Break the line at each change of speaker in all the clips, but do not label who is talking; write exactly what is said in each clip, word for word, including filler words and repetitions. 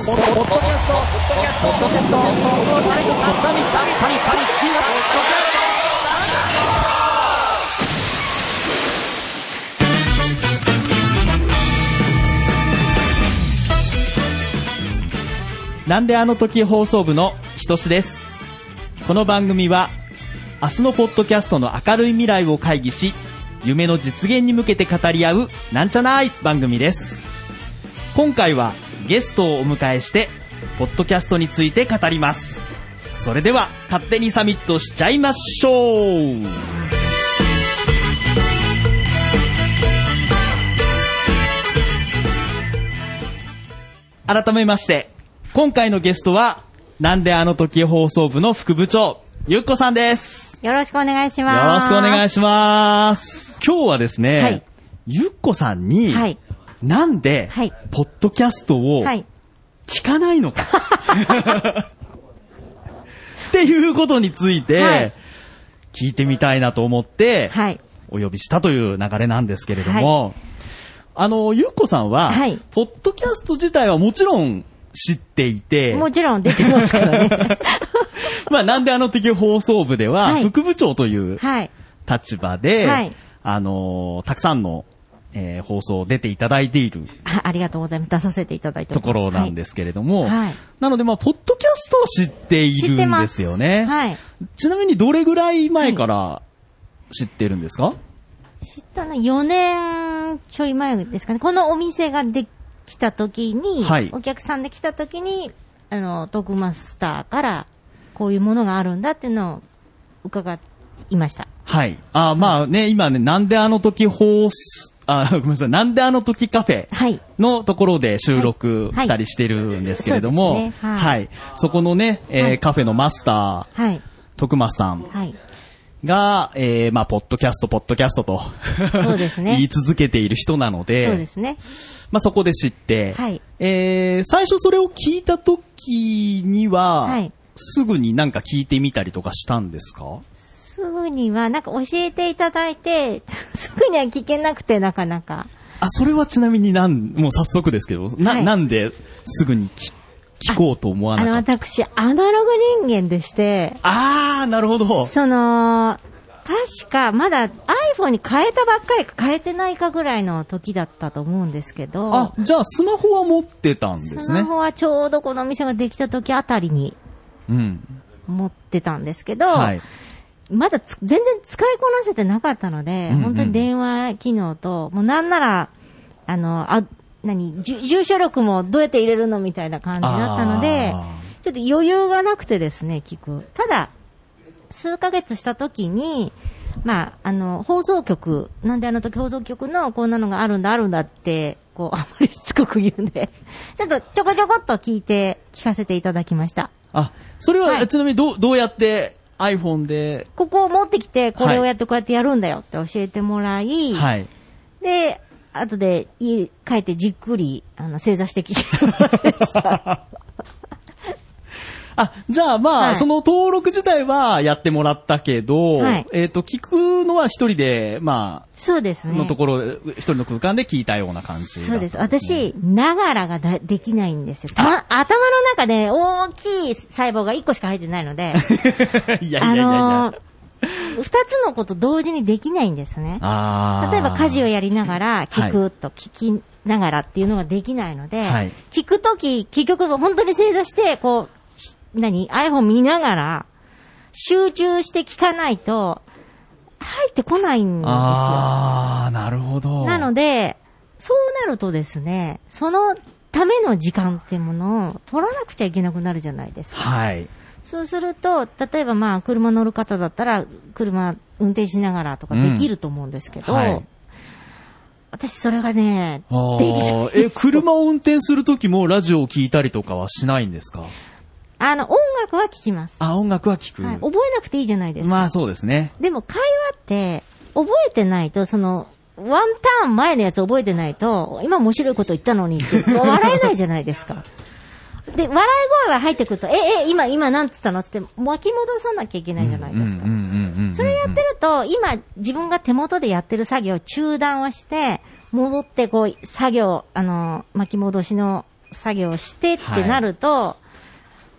ポッドキャスト、ポッドキャスト、ポッドキャスト、ポッドキャスト、サミサミサミサミピーナッツ。
なんであの時放送部のひとしです。この番組は明日のポッドキャストの明るい未来を会議し、夢の実現に向けて語り合うなんちゃない番組です。今回はゲストをお迎えしてポッドキャストについて語ります。それでは勝手にサミットしちゃいましょう。改めまして今回のゲストはなんであの時放送部の副部長ゆっこさんです。
よろしくお願いします。
よろしくお願いします。今日はですね、はい、ゆっこさんに、はい、なんで、はい、ポッドキャストを聞かないのか、はい、っていうことについて、はい、聞いてみたいなと思って、はい、お呼びしたという流れなんですけれども、はい、あのゆっこさんは、はい、ポッドキャスト自体はもちろん知っていて、
もちろん出てますからね。
まあなんであの時放送部では副部長という立場で、はいはい、あのたくさんの、えー、放送出ていただいている
あ, ありがとうございます。出させていただいて
ところなんですけれども、はいはい、なのでまあポッドキャストを知っているんですよね。はい、ちなみにどれぐらい前から知ってるんですか？
知ったのよねんちょい前ですかね。このお店がで来た時に、はい、お客さんで来た時に、あの、トークマスターからこういうものがあるんだっていうのを伺いました。はい。
あ、まあね、今ね、なんであの時放送、あ、ごめんなさい、なんであの時カフェのところで収録したりしてるんですけれども、はいはいはいはい、そこのね、えーはい、カフェのマスター、はい、徳松さん。はいが、えー、まあ、ポッドキャスト、ポッドキャストとそうです、ね、言い続けている人なので、そうですね。まあ、そこで知って、はい、えー、最初それを聞いた時には、はい、すぐになんか聞いてみたりとかしたんですか？
すぐには、なんか教えていただいて、すぐには聞けなくて、なかなか。
あ、それはちなみになん、もう早速ですけど、な、はい、なんですぐに聞聞こうと思わなかった。
あの、私、アナログ人間でして。
あー、なるほど。
その、確か、まだ iPhone に変えたばっかりか変えてないかぐらいの時だったと思うんですけど。
あ、じゃあスマホは持ってたんですね。
スマホはちょうどこのお店ができた時あたりに、うん。持ってたんですけど、はい、まだ全然使いこなせてなかったので、うんうん、本当に電話機能と、もうなんなら、あの、あ、何住所録もどうやって入れるのみたいな感じだったので、ちょっと余裕がなくてですね、聞く。ただ、数ヶ月した時に、まあ、あの、放送局、なんであの時放送局のこんなのがあるんだ、あるんだって、こう、あまりしつこく言うんで、ちょっとちょこちょこっと聞いて、聞かせていただきました。
あ、それは、はい、ちなみにどう、どうやって iPhone で、
ここを持ってきて、これをやってこうやってやるんだよって教えてもらい、はい。で、後で家帰ってじっくりあの正座して聞きました。
あ、じゃあまあ、はい、その登録自体はやってもらったけど、はい、えっ、ー、と聞くのは一人でまあ
そうですね。
のところ一人の空間で聞いたような感じ、ね。
そうです。私ながらがだできないんですよ。た頭の中で大きい細胞が一個しか入ってないので、いやいやいやいや。あのー二つのこと同時にできないんですね。あ例えば家事をやりながら聞くと聞きながらっていうのができないので、はい、聞くとき結局本当に正座してこう何 iPhone 見ながら集中して聞かないと入ってこないんですよ。
ああ、なるほど。
なのでそうなるとですね、そのための時間っていうものを取らなくちゃいけなくなるじゃないですか。はい。そうすると、例えばまあ、車乗る方だったら、車運転しながらとかできると思うんですけど、うんはい、私それがね、できない。
え、車を運転するときもラジオを聞いたりとかはしないんですか？
あの、音楽は聞きます。
あ、音楽は聞く。
はい、覚えなくていいじゃないですか。
まあそうですね。
でも会話って、覚えてないと、その、ワンターン前のやつ覚えてないと、今面白いこと言ったのに、笑えないじゃないですか。で、笑い声が入ってくると、え、え、今、今なんつったのつって巻き戻さなきゃいけないじゃないですか。それやってると、今、自分が手元でやってる作業を中断をして、戻ってこう、作業、あの、巻き戻しの作業してってなると、はい、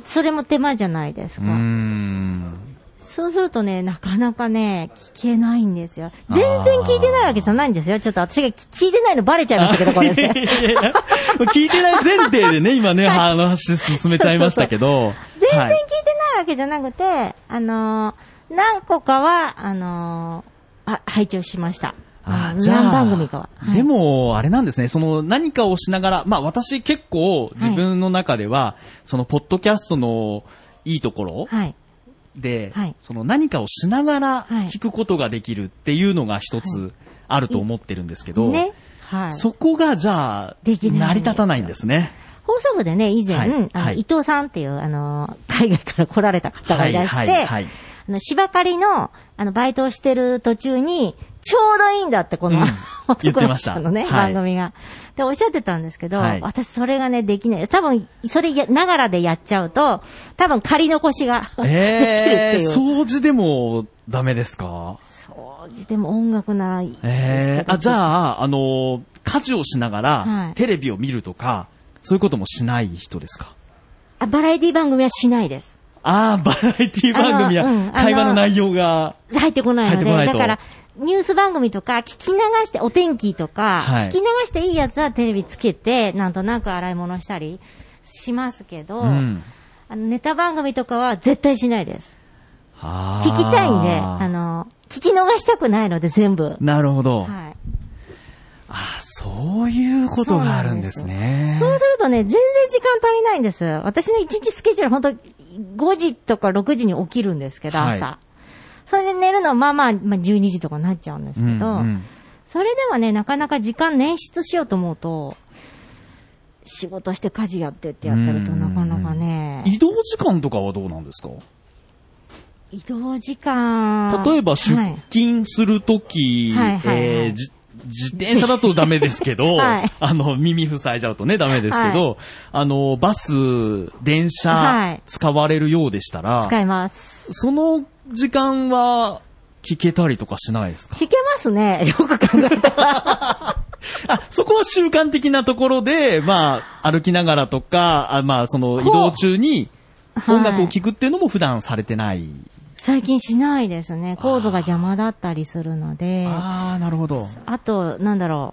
それも手間じゃないですか。うーん、そうするとね、なかなかね、聞けないんですよ。全然聞いてないわけじゃないんですよ。ちょっと私が聞いてないのバレちゃいましたけど、これね。いやいや
聞いてない前提でね、今ね、話進めちゃいましたけど。そうそう
そう全然聞いてないわけじゃなくて、はい、あのー、何個かは、あのー、あ、拝聴しました。
ああ、じゃあ、
何番組かは。
はい、でも、あれなんですね。その何かをしながら、まあ私結構自分の中では、はい、そのポッドキャストのいいところ、はい、で、はい、その何かをしながら聞くことができるっていうのが一つあると思ってるんですけど、はいねはい、そこがじゃあ、成り立たないんですね。
放送部でね、以前、はい、あの、はい、伊藤さんっていう、あの、海外から来られた方がいらして、はいはいはい、あの、芝刈りの、あの、バイトをしてる途中に、ちょうどいいんだって、この、うん、
言ってました。
のね、はい、番組が。で、おっしゃってたんですけど、はい、私それがね、できない。多分、それや、ながらでやっちゃうと、多分刈り残しが、えー、できるっていう。
掃除でもダメですか？
掃除でも音楽ならいいですけど。
えー、あ、じゃあ、あの、家事をしながら、はい、テレビを見るとか、そういうこともしない人ですか？
あ、バラエティ番組はしないです。
ああ、バラエティ番組は、うん、会話の内容が
入ってこないので、だから、ニュース番組とか聞き流して、お天気とか、はい、聞き流していいやつはテレビつけて、なんとなく洗い物したりしますけど、うん、あのネタ番組とかは絶対しないです。聞きたいんで、あの、聞き逃したくないので全部。
なるほど。はい。あ、そういうことがあるんですね。
そうするとね、全然時間足りないんです。私の一日スケジュール本当ごじとかろくじに起きるんですけど、朝。はい、それで寝るのはまあまあ、まあ、じゅうにじとかになっちゃうんですけど、うんうん、それではね、なかなか時間捻出しようと思うと、仕事して家事やってってやってるとなかなかね。
移動時間とかはどうなんですか？
移動時間。
例えば出勤するとき、自転車だとダメですけど、はい、あの、耳塞いじゃうとね、ダメですけど、はい、あの、バス、電車、はい、使われるようでしたら、
使います。
その時間は聞けたりとかしないですか？
聞けますね。よく考えたら。
あ、そこは習慣的なところで、まあ、歩きながらとか、あまあ、その移動中に音楽を聴くっていうのも普段されてない、はい、
最近しないですね。コードが邪魔だったりするので。
ああ、なるほど。
あと、なんだろ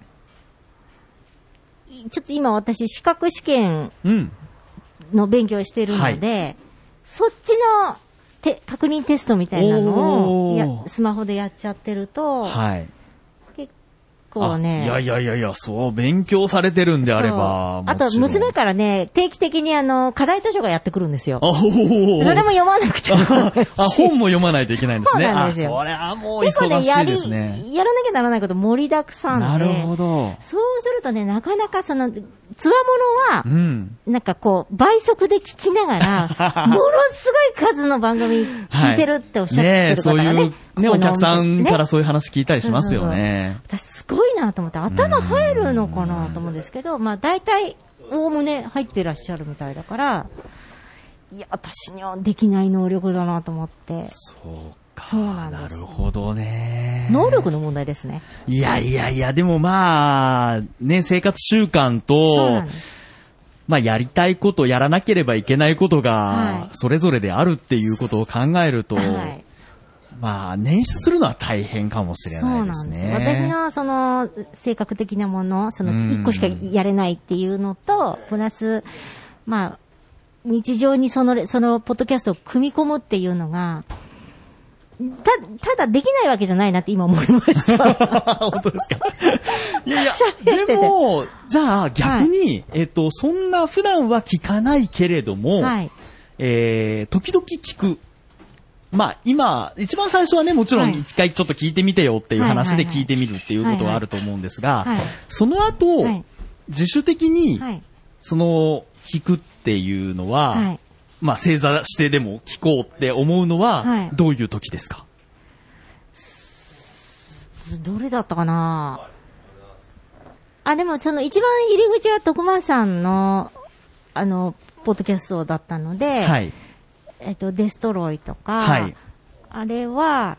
う。ちょっと今私、資格試験の勉強してるので、うんはい、そっちのて確認テストみたいなのをやスマホでやっちゃってると、はい、結構ね。
いやいやいやいや、そう、勉強されてるんであれば。
あと、娘からね、定期的にあの、課題図書がやってくるんですよ。それも読まなくちゃいけないし。
あ、本も読まないといけないんですね。
そうなんですよ。
あ、それはもう忙しいですね。
結構ね、やり、やらなきゃならないこと盛りだくさんで。
なるほど。
そうするとね、なかなかその、つわものは、うん、なんかこう、倍速で聞きながら、ものすごい数の番組聞いてるっておっしゃってる方がね。はい、ね、そういう、
ね、お客さんからそういう話聞いたりしますよね。
そうそうそう、私すごいなと思って、頭入るのかなと思うんですけど、まあ大体、おおむね入ってらっしゃるみたいだから、いや、私にはできない能力だなと思って。
そうか。そうなんです。なるほどね。
能力の問題ですね。
いやいやいや、でもまあ、ね、生活習慣と、まあやりたいこと、やらなければいけないことが、それぞれであるっていうことを考えると、はい、まあ、捻出するのは大変かもしれないですね。
そうなんです。私のその性格的なもの、その一個しかやれないっていうのと、プラス、まあ、日常にその、そのポッドキャストを組み込むっていうのが、た、ただできないわけじゃないなって今思いました。
本当ですか？いやいや、でも、じゃあ逆に、はい、えっと、そんな普段は聞かないけれども、はい、えー、時々聞く。まあ今、一番最初はね、もちろん一回ちょっと聞いてみてよっていう話で聞いてみるっていうことはあると思うんですが、その後、はい、自主的に、その、聞くっていうのは、はい、まあ正座してでも聞こうって思うのは、どういう時ですか？
はい、どれだったかなあ、でもその一番入り口は徳間さんの、あの、ポッドキャストだったので、はい、えっと、デストロイとか、はい、あれは、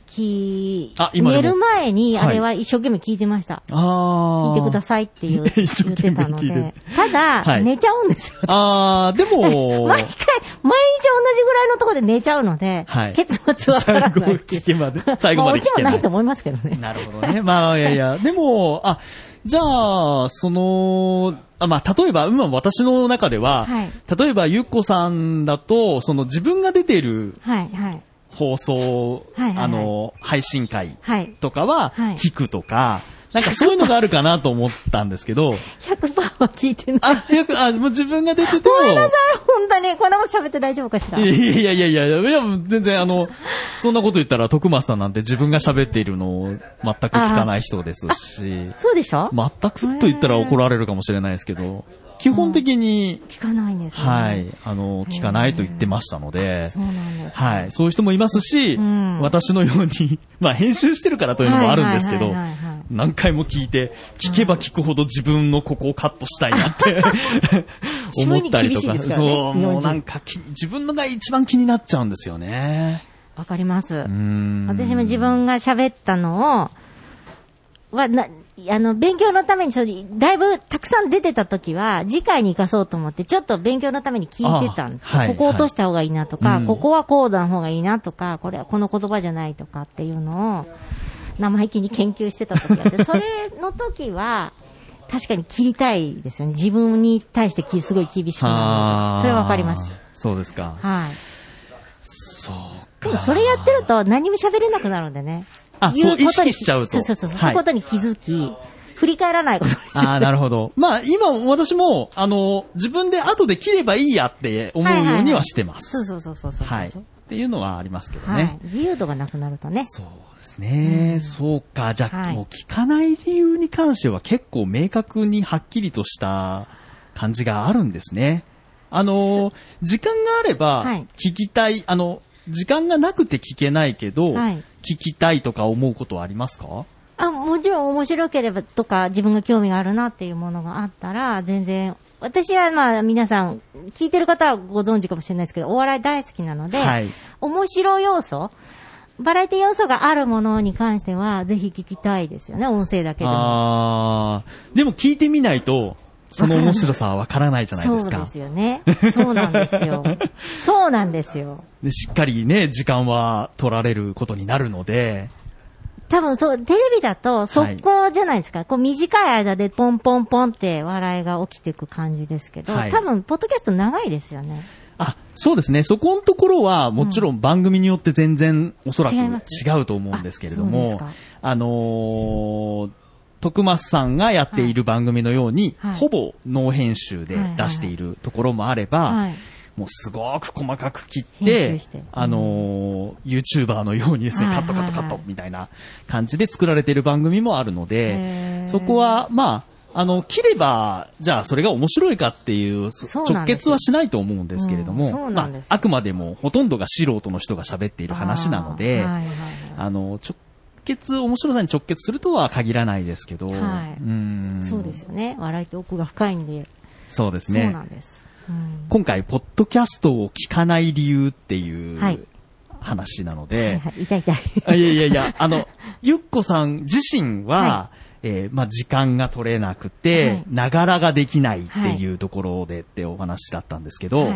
き、寝る前にあれは一生懸命聞いてました。はい、聞いてくださいって言う言ってたので。ただ、はい、寝ちゃうんですよ。
ああ、でも、毎回、
毎日同じぐらいのところで寝ちゃうので、はい、結末はわからない。
最後聞けまで、最後まで聞けない。
まあ、オチはないと思いますけどね。
なるほどね。まあ、いやいや、でも、あ、じゃあ、その、あまあ、例えば、今私の中では、はい、例えば、ゆっこさんだと、その自分が出てる、はいはい、放送、はいはいはい、あの、配信会とかは聞くとか、はい、なんかそういうのがあるかなと思ったんですけど。
ひゃくパーセント は聞いてない。
あ、ひゃく、あ、もう自分が出てても。
ごめんなさい、本当に。こんなこと喋って大丈夫かしら。
いやいやいやいやいや、いや全然あの、そんなこと言ったら徳松さんなんて自分が喋っているのを全く聞かない人ですし。
そうでしょ？
全くと言ったら怒られるかもしれないですけど。基本的に、
聞かないんですね。
はい。あの、聞かないと言ってましたので。
そうなんです、ね。
はい。そういう人もいますし、うん、私のように、まあ編集してるからというのもあるんですけど、何回も聞いて、聞けば聞くほど自分のここをカットしたいなって思ったりとか。
ね、
そう、もうなんか自分のが一番気になっちゃうんですよね。
わかります。うん私も自分が喋ったのを、はなあの、勉強のために、だいぶたくさん出てた時は、次回に生かそうと思って、ちょっと勉強のために聞いてたんです。はい、ここを落とした方がいいなとか、はい、ここはこうな方がいいなとか、これはこの言葉じゃないとかっていうのを、生意気に研究してた時があって、それの時は、確かに切りたいですよね。自分に対してすごい厳しくなる。それはわかります。
そうですか。
はい。
そうか。
でもそれやってると何も喋れなくなるんでね。
あ、そう、意識しちゃうと。
そうそうそう。はい、そういうことに気づき、振り返らないことにし
ああ、なるほど。まあ、今、私も、あの、自分で後で切ればいいやって思うようにはしてます。
はいはいはい、そうそうそうそうそう。はい。
っていうのはありますけどね。
はい。自由度がなくなるとね。
そうですね。うん、そうか。じゃあ、はい、もう聞かない理由に関しては結構明確にはっきりとした感じがあるんですね。あの、時間があれば、聞きたい、はい、あの、時間がなくて聞けないけど、はい、聞きたいとか思うことはありますか？
あ、もちろん面白ければとか自分が興味があるなっていうものがあったら全然、私はまあ皆さん聞いてる方はご存知かもしれないですけど、お笑い大好きなので、はい、面白要素、バラエティ要素があるものに関してはぜひ聞きたいですよね、音声だけでも。
あー、でも聞いてみないとその面白さはわからないじゃないですか。
そうですよね。そうなんですよ。そうなんですよ。
で、しっかりね、時間は取られることになるので。
多分そう、テレビだと速攻じゃないですか。はい、こう短い間でポンポンポンって笑いが起きていく感じですけど、はい、多分ポッドキャスト長いですよね。
あ、そうですね。そこのところはもちろん番組によって全然おそらく違うと思うんですけれども、あ, あのー、徳松さんがやっている番組のように、はい、ほぼノー編集で出しているところもあれば、はいはいはい、もうすごく細かく切って、してあのー、YouTuber のようにですね、はいはいはい、カットカットカットみたいな感じで作られている番組もあるので、そこは、まあ、あの、切れば、じゃあそれが面白いかっていう直結はしないと思うんですけれども、うん、まあ、あくまでもほとんどが素人の人が喋っている話なので、あ、はいはいはい、あの、直結、面白さに直結するとは限らないですけど、はい、
うーんそうですよね。笑いって奥が深いんで。
そうですね。
そうなんです。うん、
今回、ポッドキャストを聞かない理由っていう話なので、はいはいはい、
痛い痛い。
いやいやいや、あの、ゆっこさん自身は、はい、えー、まあ、時間が取れなくて、ながらができないっていうところでってお話だったんですけど、はい、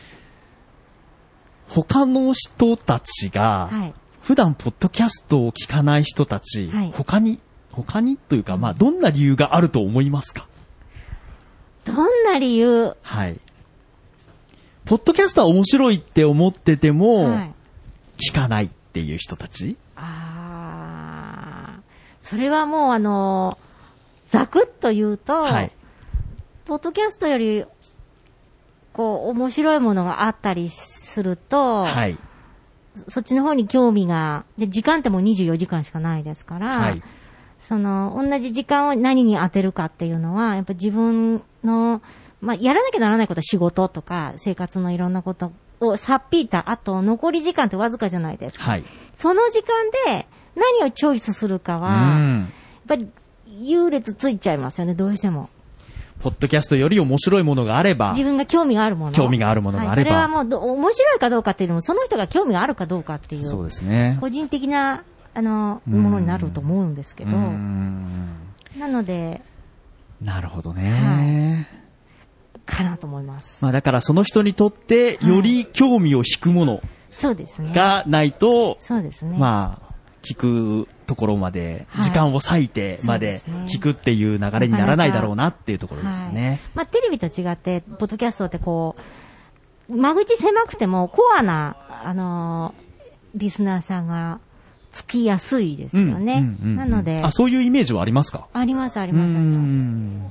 他の人たちが、はい、普段ポッドキャストを聞かない人たち、はい、他に、他にというか、まあ、どんな理由があると思いますか？
どんな理由？
はい。ポッドキャストは面白いって思ってても、はい、聞かないっていう人たち？
ああ、それはもうあの、ざくっと言うと、はい、ポッドキャストより、こう、面白いものがあったりすると、はい、そっちの方に興味が、で、時間ってもうにじゅうよじかんしかないですから、はい、その、同じ時間を何に当てるかっていうのは、やっぱ自分の、まあ、やらなきゃならないことは仕事とか、生活のいろんなことをさっぴいた後、残り時間ってわずかじゃないですか。はい、その時間で何をチョイスするかは、やっぱり優劣ついちゃいますよね、どうしても。
ポッドキャストより面白いものがあれば、
自分が興味があるもの。
興味があるものがあれば。
はい、それはもう、面白いかどうかっていうのも、その人が興味があるかどうかっていう。
そうですね。
個人的な、あの、ものになると思うんですけど。なので。
なるほどね。
はいかなと思います。
まあだからその人にとってより興味を引くものがないと、
そうですね。
まあ聞くところまで時間を割いてまで聞くっていう流れにならないだろうなっていうところですね。はい、
まあテレビと違ってポッドキャストってこう間口狭くてもコアなあのー、リスナーさんがつきやすいですよね。うんうんうんうん、なので
あそういうイメージはありますか？
ありますありますあります。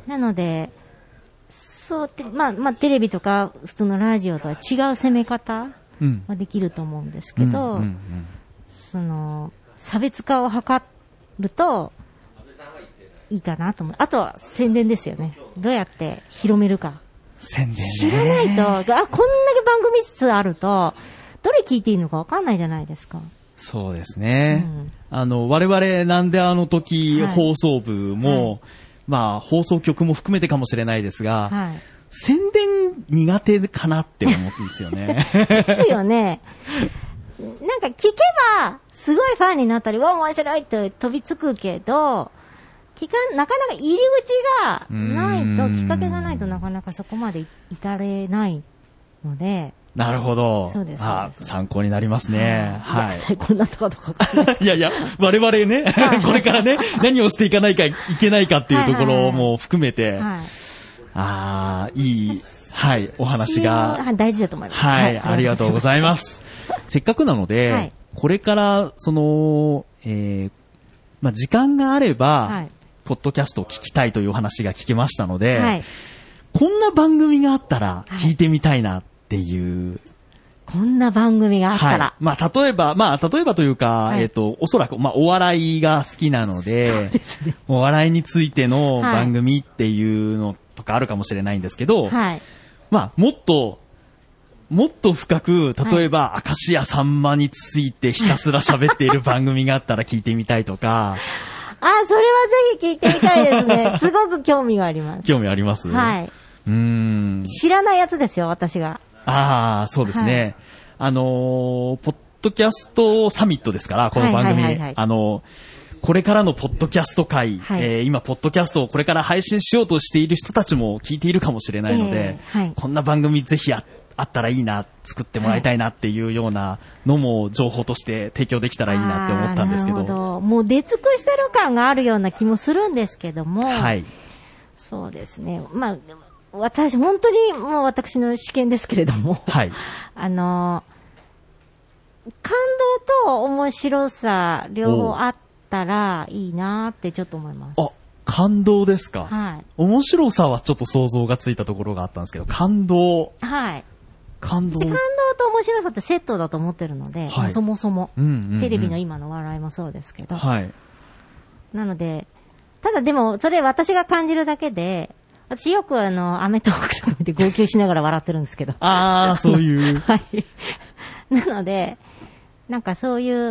なので。そうって、まあ、まあ、テレビとか、普通のラジオとは違う攻め方はできると思うんですけど、うんうんうんうん、その、差別化を図ると、いいかなと思う。あとは宣伝ですよね。どうやって広めるか。
宣伝ね。
知らないと、あ、こんだけ番組数あると、どれ聞いていいのかわかんないじゃないですか。
そうですね。うん、あの、我々なんであの時放送部も、はいはいまあ、放送局も含めてかもしれないですが、はい、宣伝苦手かなって思うんですよね。
ですよね。なんか聞けば、すごいファンになったり、わ、面白いって飛びつくけど、聞か、なかなか入り口がないと、きっかけがないとなかなかそこまで至れないので、
なるほど。
そうです。
あ、参考になりますね。はい。はい、
最高になったかどうかわかんない。
いやいや、我々ね、はい、これからね、何をしていかないかいけないかっていうところも含めて、はいはいはい、ああ、いい、はい、お話が。
大事だと思います。
はい、はい、ありがとうございます。せっかくなので、はい、これから、その、えー、まあ、時間があれば、はい、ポッドキャストを聞きたいというお話が聞けましたので、はい、こんな番組があったら聞いてみたいな、っていう。
こんな番組があったら。
はい、まあ、例えば、まあ、例えばというか、はい、えっと、おそらく、まあ、お笑いが好きなので、そうですね、お笑いについての番組っていうのとかあるかもしれないんですけど、はい、まあ、もっと、もっと深く、例えば、はい、明石家さんまについてひたすら喋っている番組があったら聞いてみたいとか。
あ、それはぜひ聞いてみたいですね。すごく興味があります。
興味あります？
はい。
うーん。
知らないやつですよ、私が。
ああ、そうですね。はい、あのー、ポッドキャストサミットですから、この番組。はいはいはいはい、あのー、これからのポッドキャスト界、はい、えー、今、ポッドキャストをこれから配信しようとしている人たちも聞いているかもしれないので、えーはい、こんな番組ぜひ あ, あったらいいな、作ってもらいたいなっていうようなのも情報として提供できたらいいなって思ったんですけど。
なるほど。もう出尽くしてる感があるような気もするんですけども、はい。そうですね。まあ、私、本当にもう私の試験ですけれども、はい。あの、感動と面白さ、両方あったらいいなってちょっと思います。
あ、感動ですか？
はい。
面白さはちょっと想像がついたところがあったんですけど、感動。
はい。
感動。
感動と面白さってセットだと思ってるので、はい、そもそも、うんうんうん、テレビの今の笑いもそうですけど、はい。なので、ただでも、それ私が感じるだけで、私よくあの、アメトークとかで号泣しながら笑ってるんですけど。
ああ、そういう。
はい。なので、なんかそういう、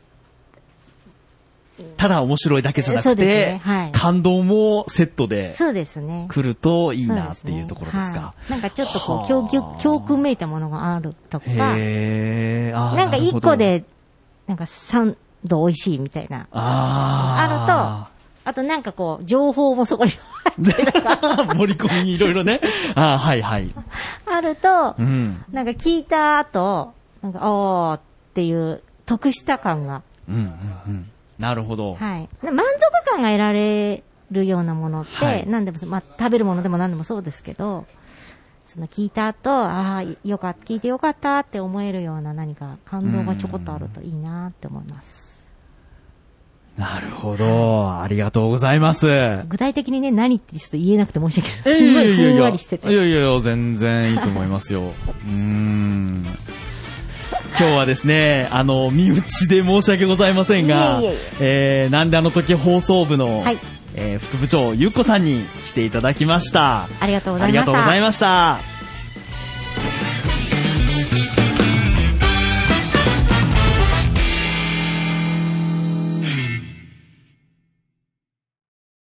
ただ面白いだけじゃなくて、ねはい、感動もセットで、
そうですね。
来るといいなっていうところですか。すねはい、
なんかちょっとこう、教訓、教訓めいたものがあるとか、
へーあ
なんか一個で、なんか三度美味しいみたいな、
あ
あると、あとなんかこう、情報もそこに入ってるとか。
盛り込みにいろいろね。あはいはい。
あると、うん、なんか聞いた後、なんか、おーっていう得した感が。
うんうんうん。なるほど。
はい。満足感が得られるようなものって、はい、何でも、まあ、食べるものでも何でもそうですけど、その聞いた後、ああ、よかった、聞いてよかったって思えるような何か感動がちょこっとあるといいなって思います。
なるほど。ありがとうございます。
具体的にね、何ってちょっと言えなくて申し訳ない。すごいふんわりしてて。
いやいやいや、全然いいと思いますよ。うーん。今日はですね、あの、身内で申し訳ございませんが、いえいえいええー、なんであの時放送部の、はいえー、副部長、ゆっこさんに来ていただきました。
ありがとうございました。
ありがとうございました。